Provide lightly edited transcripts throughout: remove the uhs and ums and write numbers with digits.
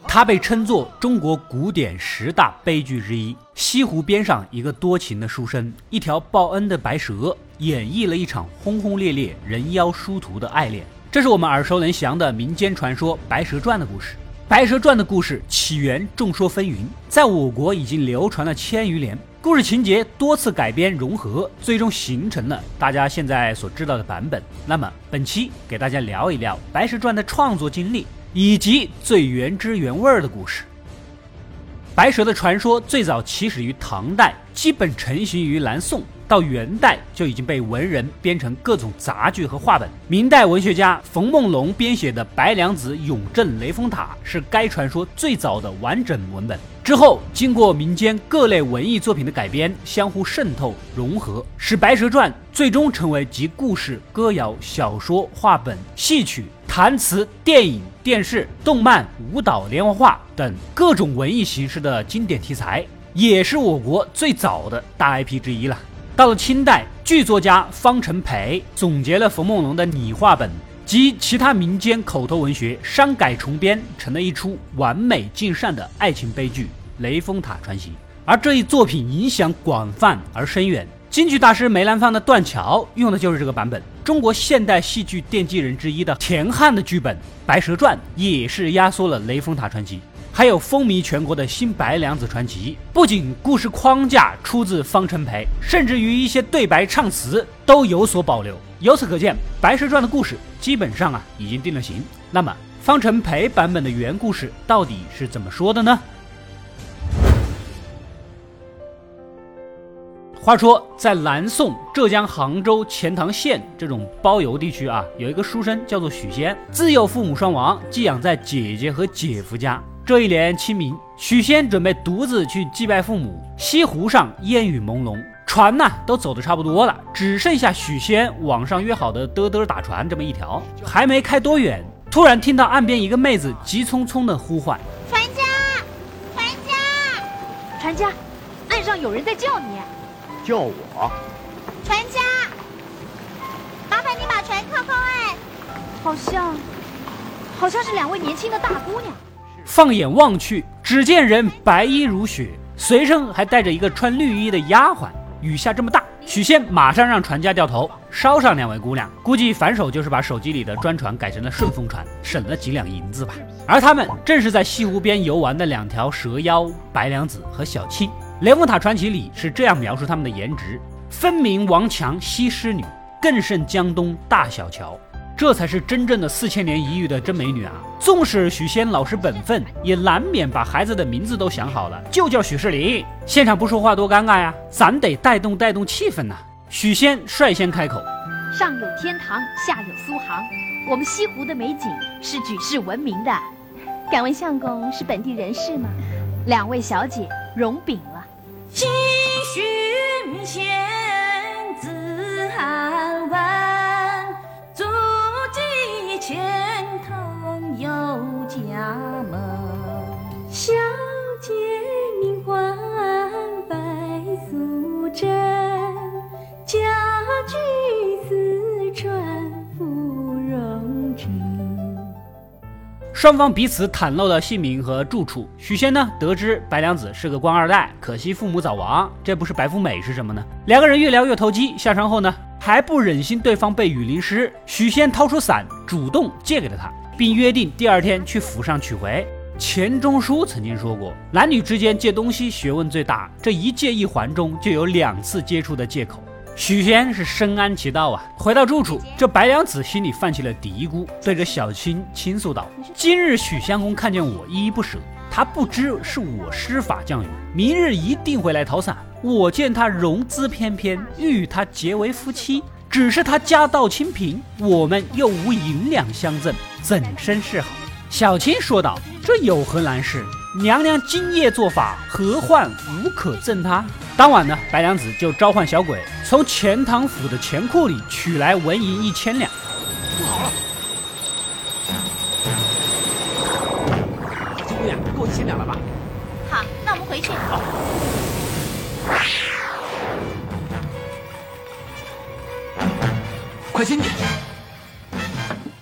它被称作中国古典10大悲剧之一。西湖边上一个多情的书生，一条报恩的白蛇，演绎了一场轰轰烈烈、人妖殊途的爱恋。这是我们耳熟能详的民间传说《白蛇传》的故事。《白蛇传》的故事起源众说纷纭，在我国已经流传了1000余年。故事情节多次改编融合，最终形成了大家现在所知道的版本。那么本期给大家聊一聊《白蛇传》的创作经历，以及最原汁原味的故事。白蛇的传说最早起始于唐代，基本成型于南宋，到元代就已经被文人编成各种杂剧和话本。明代文学家冯梦龙编写的《白娘子永镇雷峰塔》是该传说最早的完整文本。之后经过民间各类文艺作品的改编，相互渗透融合，使《白蛇传》最终成为集故事、歌谣、小说、话本、戏曲、弹词、电影、电视、动漫、舞蹈、连环画等各种文艺形式的经典题材，也是我国最早的大 IP 之一了。到了清代，剧作家方成培总结了冯梦龙的拟话本及其他民间口头文学，删改重编成了一出完美尽善的爱情悲剧《雷峰塔传奇》。而这一作品影响广泛而深远，京剧大师梅兰芳的《断桥》用的就是这个版本。中国现代戏剧奠基人之一的田汉的剧本《白蛇传》也是压缩了《雷峰塔传奇》。还有风靡全国的新白娘子传奇，不仅故事框架出自方成培，甚至于一些对白唱词都有所保留。由此可见，《白蛇传》的故事基本上已经定了型。那么方成培版本的原故事到底是怎么说的呢？话说在南宋浙江杭州钱塘县这种包邮地区有一个书生叫做许仙，自幼父母双亡，寄养在姐姐和姐夫家。这一年清明，许仙准备独自去祭拜父母。西湖上烟雨朦胧，船都走得差不多了，只剩下许仙网上约好的嘚嘚打船这么一条。还没开多远，突然听到岸边一个妹子急匆匆的呼唤：“ 船家，船家， 船家，岸上有人在叫你。”“ 叫我？”“ 船家，麻烦你把船靠靠岸。”“ 好像是2位年轻的大姑娘。” 放眼望去，只见人白衣如雪，随身还带着一个穿绿衣的丫鬟。雨下这么大，许仙马上让船家掉头捎上2位姑娘，估计反手就是把手机里的专船改成了顺风船，省了几两银子吧。而他们正是在西湖边游玩的2条蛇妖白娘子和小青。《雷峰塔传奇》里是这样描述他们的颜值：分明王强西施女，更胜江东大小乔。这才是真正的4000年一遇的真美女啊！纵使许仙老实本分，也难免把孩子的名字都想好了，就叫许世林。现场不说话多尴尬呀，咱得带动气氛呐。许仙率先开口：“ 上有天堂，下有苏杭，我们西湖的美景是举世闻名的。 敢问相公是本地人士吗 ？2位小姐容禀了。” 西巡仙子汉湾，足迹前头有家门。小姐名唤白素贞，家居四川芙蓉镇。 双方彼此袒露了姓名和住处。许仙呢，得知白娘子是个官2代，可惜父母早亡，这不是白富美是什么呢？2个人越聊越投机，下船后呢，还不忍心对方被雨淋湿，许仙掏出伞，主动借给了他，并约定第2天去府上取回。钱钟书曾经说过，男女之间借东西学问最大，这一借一还中就有2次接触的借口。许仙是深谙其道啊！回到住处，这白娘子心里泛起了嘀咕，对着小青倾诉道：“今日许相公看见我依依不舍，他不知是我施法降雨，明日一定会来讨伞。我见他容姿翩翩，欲与他结为夫妻，只是他家道清贫，我们又无银两相赠，怎生是好？”小青说道：“这有何难事？娘娘今夜做法，何患无可赠他？”当晚呢，白娘子就召唤小鬼，从钱塘府的钱库里取来纹银1000两。 不好了！金姑娘，够1000两了吧？ 好，那我们回去。 好。快进去！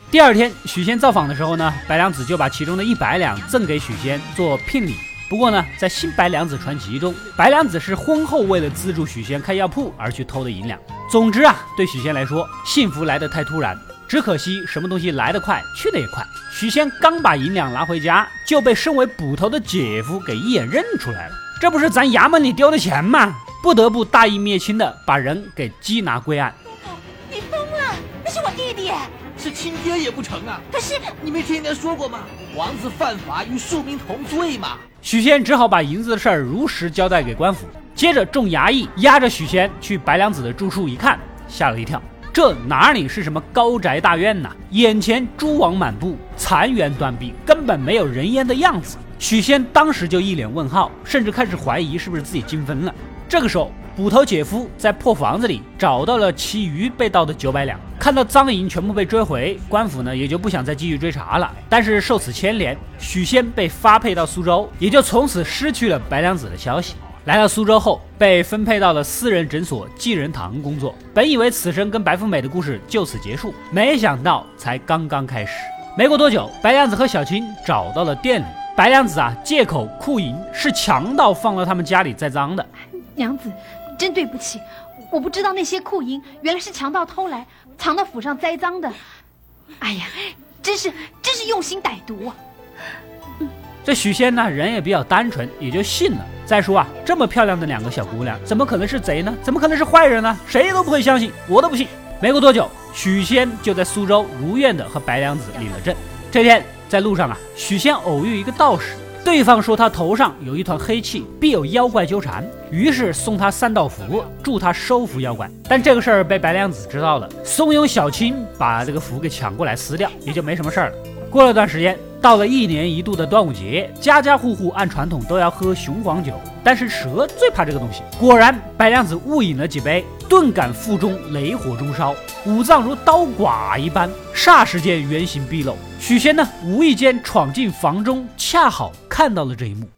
第二天许仙造访的时候呢，白娘子就把其中的100两赠给许仙做聘礼。不过呢，在新白娘子传奇中，白娘子是婚后为了资助许仙开药铺而去偷的银两。总之啊，对许仙来说，幸福来得太突然，只可惜什么东西来得快，去得也快。许仙刚把银两拿回家，就被身为捕头的姐夫给一眼认出来了。这不是咱衙门里丢的钱吗？不得不大义灭亲的把人给缉拿归案。 你疯了！那是我弟弟。 是亲爹也不成啊！ 可是你没听人家说过吗？王子犯法与庶民同罪嘛。 许仙只好把银子的事儿如实交代给官府。接着众衙役押着许仙去白娘子的住处一看，吓了一跳，这哪里是什么高宅大院呐，眼前蛛网满布，残垣断壁，根本没有人烟的样子。许仙当时就一脸问号，甚至开始怀疑是不是自己精分了。这个时候捕头姐夫在破房子里找到了其余被盗的900两，看到赃银全部被追回，官府呢也就不想再继续追查了。但是受此牵连，许仙被发配到苏州，也就从此失去了白娘子的消息。来到苏州后，被分配到了私人诊所济仁堂工作。本以为此生跟白富美的故事就此结束，没想到才刚刚开始。没过多久，白娘子和小青找到了店里。白娘子啊，借口库银是强盗放到他们家里栽赃的。 娘子，真对不起，我不知道那些库银原来是强盗偷来藏到府上栽赃的。哎呀，真是用心歹毒啊！ 这许仙呢，人也比较单纯，也就信了。再说啊，这么漂亮的2个小姑娘，怎么可能是贼呢？怎么可能是坏人呢？谁都不会相信，我都不信。没过多久，许仙就在苏州如愿的和白娘子领了证。这天在路上啊，许仙偶遇一个道士。对方说他头上有一团黑气，必有妖怪纠缠，于是送他3道符，助他收服妖怪。但这个事儿被白娘子知道了，怂恿小青把这个符给抢过来撕掉，也就没什么事儿了。过了段时间，到了1年1度的端午节，家家户户按传统都要喝雄黄酒，但是蛇最怕这个东西。果然，白娘子误饮了几杯，顿感腹中雷火中烧，五脏如刀剐一般，霎时间原形毕露。许仙呢，无意间闯进房中，恰好看到了这一幕。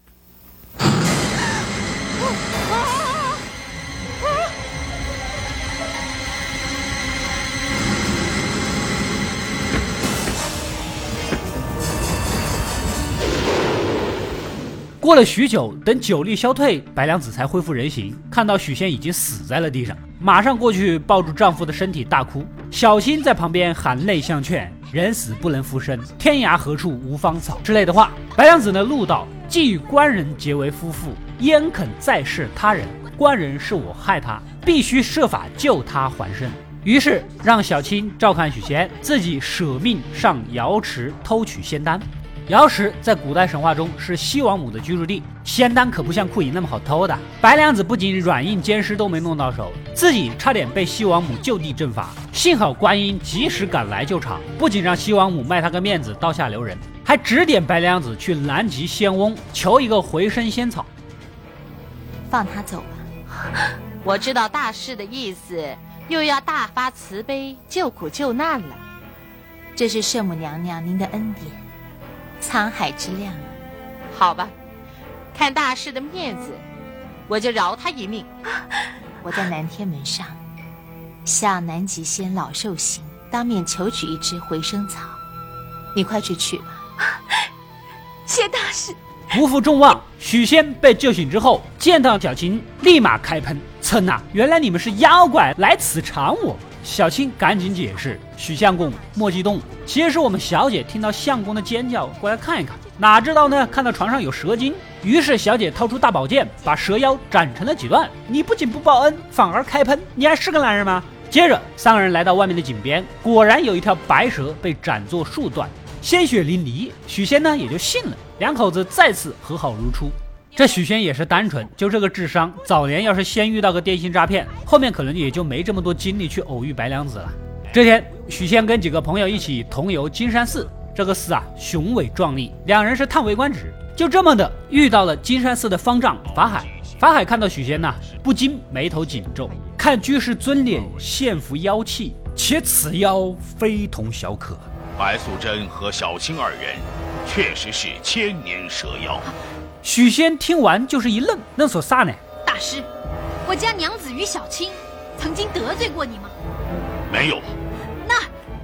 过了许久，等酒力消退，白娘子才恢复人形，看到许仙已经死在了地上，马上过去抱住丈夫的身体大哭。小青在旁边含泪相劝，人死不能复生，天涯何处无芳草之类的话。白娘子呢怒道，既与官人结为夫妇，焉肯再弑他人？官人是我害他，必须设法救他还生。于是让小青照看许仙，自己舍命上瑶池偷取仙丹。瑶池在古代神话中是西王母的居住地，仙丹可不像库银那么好偷的。白娘子不仅软硬兼施都没弄到手，自己差点被西王母就地正法，幸好观音及时赶来救场，不仅让西王母卖他个面子，刀下留人，还指点白娘子去南极仙翁求一个回生仙草。 放他走吧，我知道大师的意思，又要大发慈悲，救苦救难了。这是圣母娘娘您的恩典，沧海之量。好吧，看大师的面子，我就饶他一命。我在南天门上向南极仙老寿星当面求取一支回生草，你快去取吧。 谢大师。 不负众望，许仙被救醒之后，见到小青立马开喷，称啊，原来你们是妖怪，来此缠我。小青赶紧解释，许相公莫激动，其实是我们小姐听到相公的尖叫过来看一看，哪知道呢，看到床上有蛇精，于是小姐掏出大宝剑，把蛇妖斩成了几段。你不仅不报恩，反而开喷，你还是个男人吗？接着3个人来到外面的井边，果然有一条白蛇被斩作数段，鲜血淋漓。许仙呢也就信了，两口子再次和好如初。这许仙也是单纯，就这个智商，早年要是先遇到个电信诈骗，后面可能也就没这么多精力去偶遇白娘子了。这天，许仙跟几个朋友一起同游金山寺，这个寺啊雄伟壮丽，两人是叹为观止。就这么的遇到了金山寺的方丈法海。法海看到许仙不禁眉头紧皱，看居士尊脸，现服妖气，且此妖非同小可。 白素贞和小青2人确实是千年蛇妖。 许仙听完就是一愣，愣所啥呢？ 大师，我家娘子与小青曾经得罪过你吗？ 没有。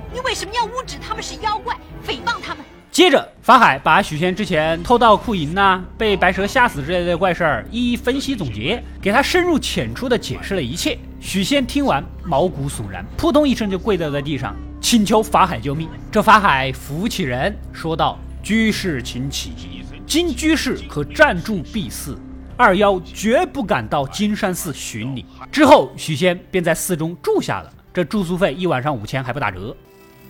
你为什么要诬指他们是妖怪，诽谤他们？ 接着，法海把许仙之前偷盗库银呐、被白蛇吓死之类的怪事儿一一分析总结，给他深入浅出的解释了一切。许仙听完毛骨悚然，扑通一声就跪倒在地上，请求法海救命。这法海扶起人，说道：“居士请起，今居士可暂住敝寺，二妖绝不敢到金山寺寻你。”之后，许仙便在寺中住下了，这住宿费1晚上5000还不打折。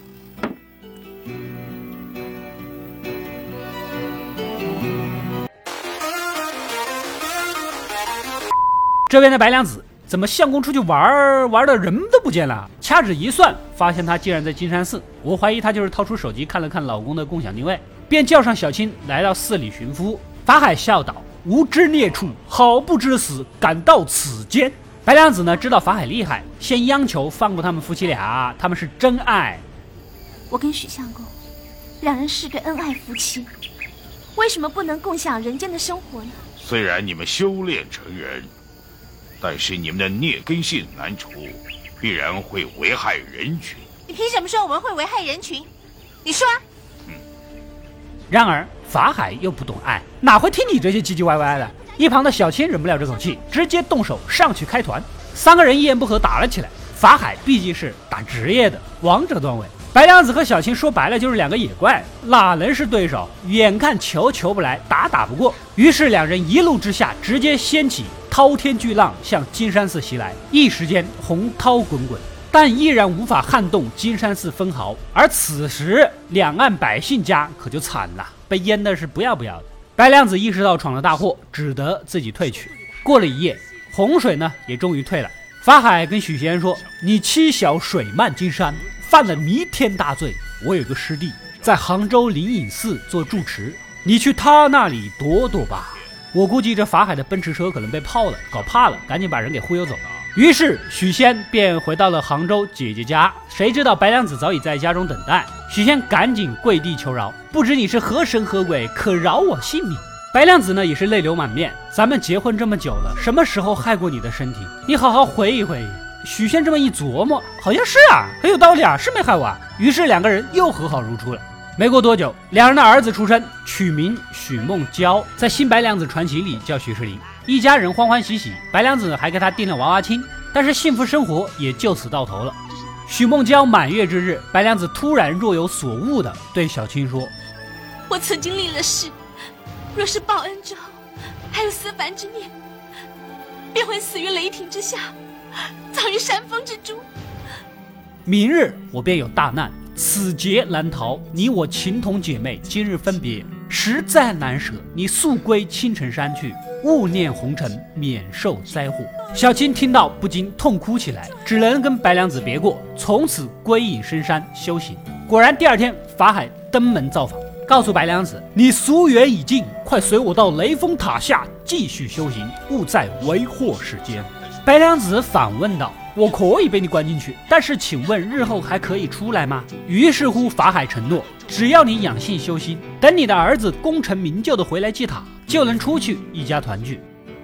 这边的白娘子怎么相公出去玩的人都不见了？掐指一算，发现他竟然在金山寺。我怀疑他就是掏出手机看了看老公的共享定位，便叫上小青来到寺里寻夫。法海笑道：“无知孽畜，好不知死，敢到此间！”白娘子呢知道法海厉害，先央求放过他们夫妻俩，他们是真爱。 我跟许相公，两人是对恩爱夫妻，为什么不能共享人间的生活呢？ 虽然你们修炼成人，但是你们的孽根性难除，必然会危害人群。 你凭什么说我们会危害人群？你说啊。 然而法海又不懂爱，哪会听你这些唧唧歪歪的？一旁的小青忍不了这口气，直接动手上去开团。3个人一言不合打了起来。法海毕竟是打职业的王者段位，白娘子和小青说白了就是2个野怪，哪能是对手？眼看求不来，打不过，于是2人一怒之下直接掀起滔天巨浪向金山寺袭来，一时间洪涛滚滚，但依然无法撼动金山寺分毫。而此时两岸百姓家可就惨了，被淹的是不要不要的。白娘子意识到闯了大祸，只得自己退去。过了一夜，洪水呢也终于退了。法海跟许仙说：“你欺小水漫金山，犯了弥天大罪。我有个师弟在杭州灵隐寺做住持，你去他那里躲躲吧。”我估计这法海的奔驰车可能被泡了，搞怕了，赶紧把人给忽悠走。于是许仙便回到了杭州姐姐家，谁知道白娘子早已在家中等待。许仙赶紧跪地求饶，不知你是何神何鬼，可饶我性命。白娘子呢也是泪流满面，咱们结婚这么久了，什么时候害过你的身体？你好好回忆回忆。许仙这么一琢磨，好像是啊，很有道理啊，是没害我啊。于是2个人又和好如初了。没过多久，2人的儿子出生，取名许梦娇，在新白娘子传奇里叫许世林。一家人欢欢喜喜，白娘子还给他订了娃娃亲，但是幸福生活也就此到头了。许梦娇满月之日，白娘子突然若有所悟地对小青说：“ 我曾经立了誓，若是报恩之后还有思凡之念，便会死于雷霆之下，葬于山峰之中。 明日我便有大难，此劫难逃，你我情同姐妹，今日分别，实在难舍。你速归青城山去，勿念红尘，免受灾祸。”小青听到不禁痛哭起来，只能跟白娘子别过，从此归隐深山修行。果然第2天，法海登门造访，告诉白娘子：“你夙缘已尽，快随我到雷峰塔下继续修行，勿再为祸世间。”白娘子反问道：“我可以被你关进去，但是请问日后还可以出来吗？”于是乎法海承诺，只要你养性修心，等你的儿子功成名就的回来祭塔，就能出去一家团聚。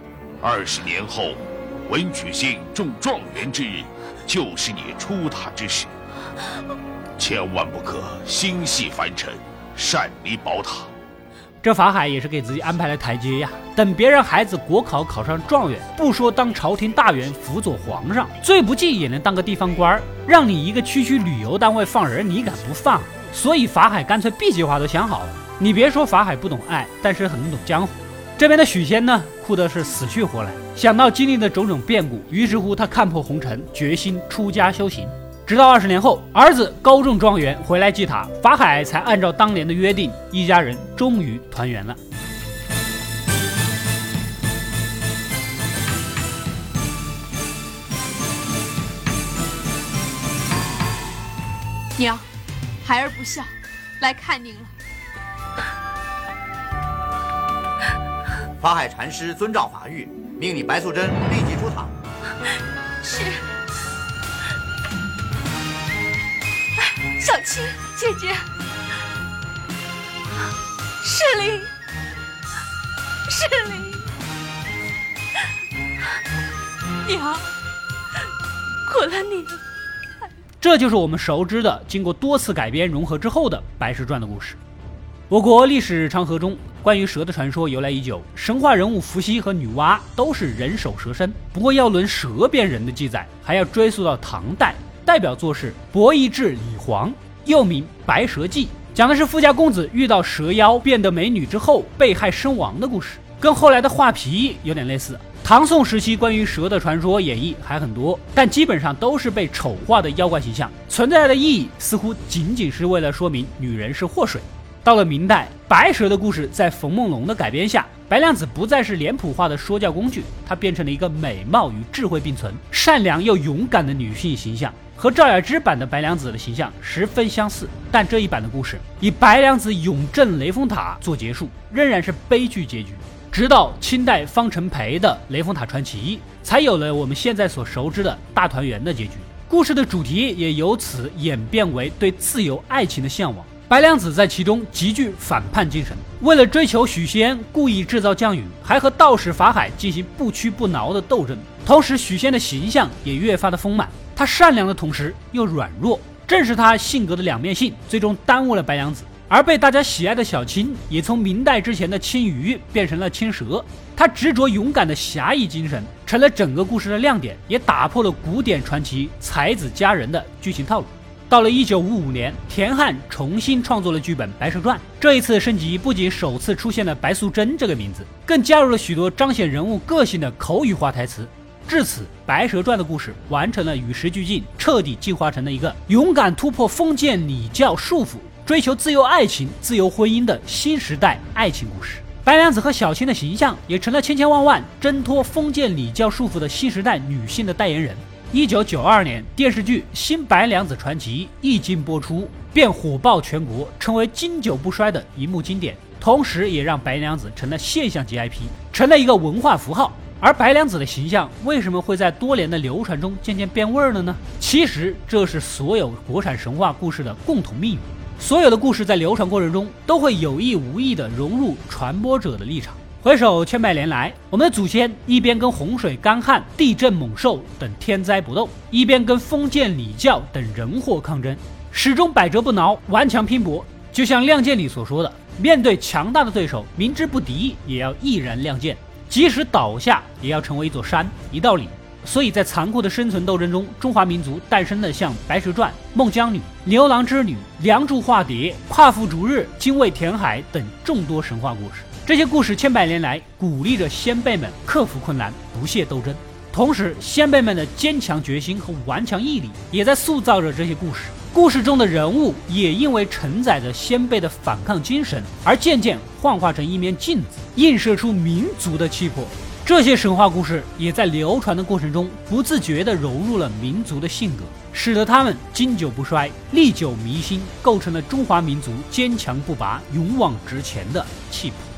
20年后，文曲星中状元之日，就是你出塔之时，千万不可心系凡尘，擅离宝塔。 这法海也是给自己安排了台阶呀，等别人孩子国考考上状元，不说当朝廷大员辅佐皇上，最不济也能当个地方官，让你一个区旅游单位放人，你敢不放？所以法海干脆 B 计划都想好了。你别说法海不懂爱，但是很懂江湖。这边的许仙呢，哭的是死去活来，想到经历的种种变故，于是乎他看破红尘，决心出家修行。直到20年后，儿子高中状元回来祭塔，法海才按照当年的约定，一家人终于团圆了。 娘，孩儿不孝，来看您了。 法海禅师遵照法谕，命你白素贞立即出塔。 是。小青姐姐，世林，娘，苦了你了。 这就是我们熟知的经过多次改编融合之后的《白蛇传》的故事。我国历史长河中，关于蛇的传说由来已久，神话人物伏羲和女娲都是人首蛇身。不过要论蛇变人的记载，还要追溯到唐代，代表作是《博弈志·李黄》，又名《白蛇记》，讲的是富家公子遇到蛇妖变得美女之后被害身亡的故事，跟后来的画皮有点类似。唐宋时期关于蛇的传说演绎还很多，但基本上都是被丑化的妖怪形象，存在的意义似乎仅仅是为了说明女人是祸水。到了明代，白蛇的故事在冯梦龙的改编下，白娘子不再是脸谱化的说教工具，她变成了一个美貌与智慧并存、善良又勇敢的女性形象，和赵雅芝版的白娘子的形象十分相似。但这一版的故事以白娘子永镇雷峰塔做结束，仍然是悲剧结局。直到清代方成培的《雷峰塔传奇》，才有了我们现在所熟知的大团圆的结局。故事的主题也由此演变为对自由爱情的向往。白娘子在其中极具反叛精神，为了追求许仙，故意制造降雨，还和道士法海进行不屈不挠的斗争。同时，许仙的形象也越发的丰满，他善良的同时又软弱，正是他性格的两面性，最终耽误了白娘子。而被大家喜爱的小青，也从明代之前的青鱼变成了青蛇。他执着勇敢的侠义精神，成了整个故事的亮点，也打破了古典传奇才子佳人的剧情套路。到了1955年，田汉重新创作了剧本《白蛇传》，这一次升级不仅首次出现了白素贞这个名字，更加入了许多彰显人物个性的口语化台词。至此，《白蛇传》的故事完成了与时俱进，彻底进化成了一个勇敢突破封建礼教束缚，追求自由爱情、自由婚姻的新时代爱情故事。白娘子和小青的形象也成了千千万万挣脱封建礼教束缚的新时代女性的代言人。1992年，电视剧《新白娘子传奇》一经播出，便火爆全国，成为经久不衰的荧幕经典，同时也让白娘子成了现象级 IP， 成了一个文化符号。而白娘子的形象为什么会在多年的流传中渐渐变味儿了呢？其实这是所有国产神话故事的共同命运。所有的故事在流传过程中都会有意无意地融入传播者的立场。回首千百年来，我们的祖先一边跟洪水、干旱、地震、猛兽等天灾搏斗，一边跟封建礼教等人祸抗争，始终百折不挠，顽强拼搏。就像《亮剑》里所说的，面对强大的对手，明知不敌也要毅然亮剑，即使倒下也要成为一座山、一道理。所以在残酷的生存斗争中，中华民族诞生了像《白蛇传》、孟姜女、牛郎织女、梁祝化蝶、夸父逐日、精卫填海等众多神话故事。这些故事千百年来鼓励着先辈们克服困难，不懈斗争，同时先辈们的坚强决心和顽强毅力也在塑造着这些故事。故事中的人物也因为承载着先辈的反抗精神，而渐渐幻化成一面镜子，映射出民族的气魄。这些神话故事也在流传的过程中不自觉地融入了民族的性格，使得他们经久不衰、历久弥新，构成了中华民族坚强不拔、勇往直前的气魄。